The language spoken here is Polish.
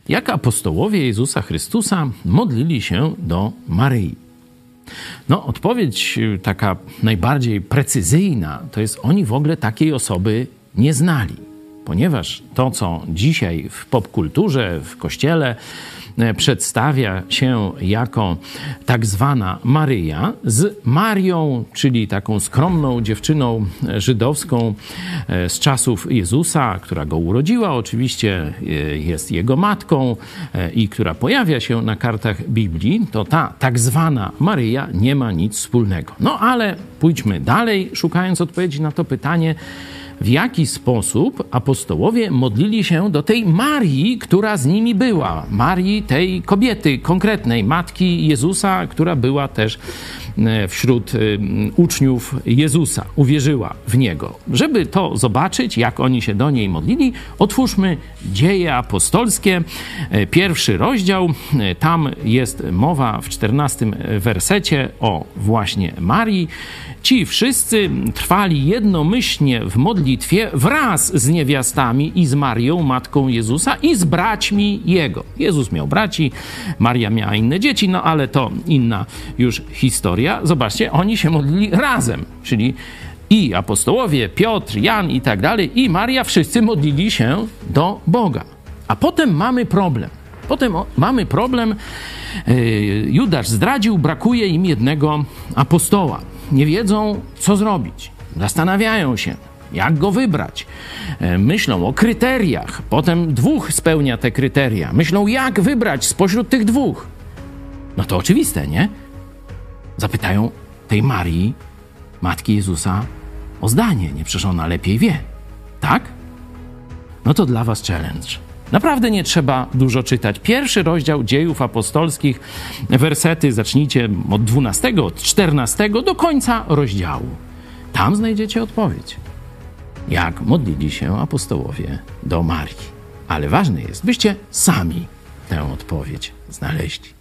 jak apostołowie Jezusa Chrystusa modlili się do Maryi? No, odpowiedź taka najbardziej precyzyjna to jest, oni w ogóle takiej osoby nie znali. Ponieważ to, co dzisiaj w popkulturze, w Kościele przedstawia się jako tak zwana Maryja, z Marią, czyli taką skromną dziewczyną żydowską z czasów Jezusa, która go urodziła, oczywiście jest jego matką i która pojawia się na kartach Biblii, to ta tak zwana Maryja nie ma nic wspólnego. No ale pójdźmy dalej, szukając odpowiedzi na to pytanie, w jaki sposób apostołowie modlili się do tej Marii, która z nimi była. Marii, tej kobiety konkretnej, matki Jezusa, która była też wśród uczniów Jezusa, uwierzyła w Niego. Żeby to zobaczyć, jak oni się do niej modlili, otwórzmy Dzieje Apostolskie, 1 rozdział. Tam jest mowa w 14 wersecie o właśnie Marii. Ci wszyscy trwali jednomyślnie w modlitwie wraz z niewiastami i z Marią, matką Jezusa, i z braćmi Jego. Jezus miał braci, Maria miała inne dzieci, no ale to inna już historia. Zobaczcie, oni się modlili razem, czyli i apostołowie, Piotr, Jan i tak dalej, i Maria, wszyscy modlili się do Boga. A potem mamy problem. Judasz zdradził, brakuje im jednego apostoła. Nie wiedzą, co zrobić. Zastanawiają się, jak go wybrać. Myślą o kryteriach. Potem 2 spełnia te kryteria. Myślą, jak wybrać spośród tych 2. No to oczywiste, nie? Zapytają tej Marii, matki Jezusa, o zdanie. Nie, przecież ona lepiej wie. Tak? No to dla was challenge. Naprawdę nie trzeba dużo czytać. 1 rozdział Dziejów Apostolskich, wersety zacznijcie od 12, od 14 do końca rozdziału. Tam znajdziecie odpowiedź, jak modlili się apostołowie do Marii. Ale ważne jest, byście sami tę odpowiedź znaleźli.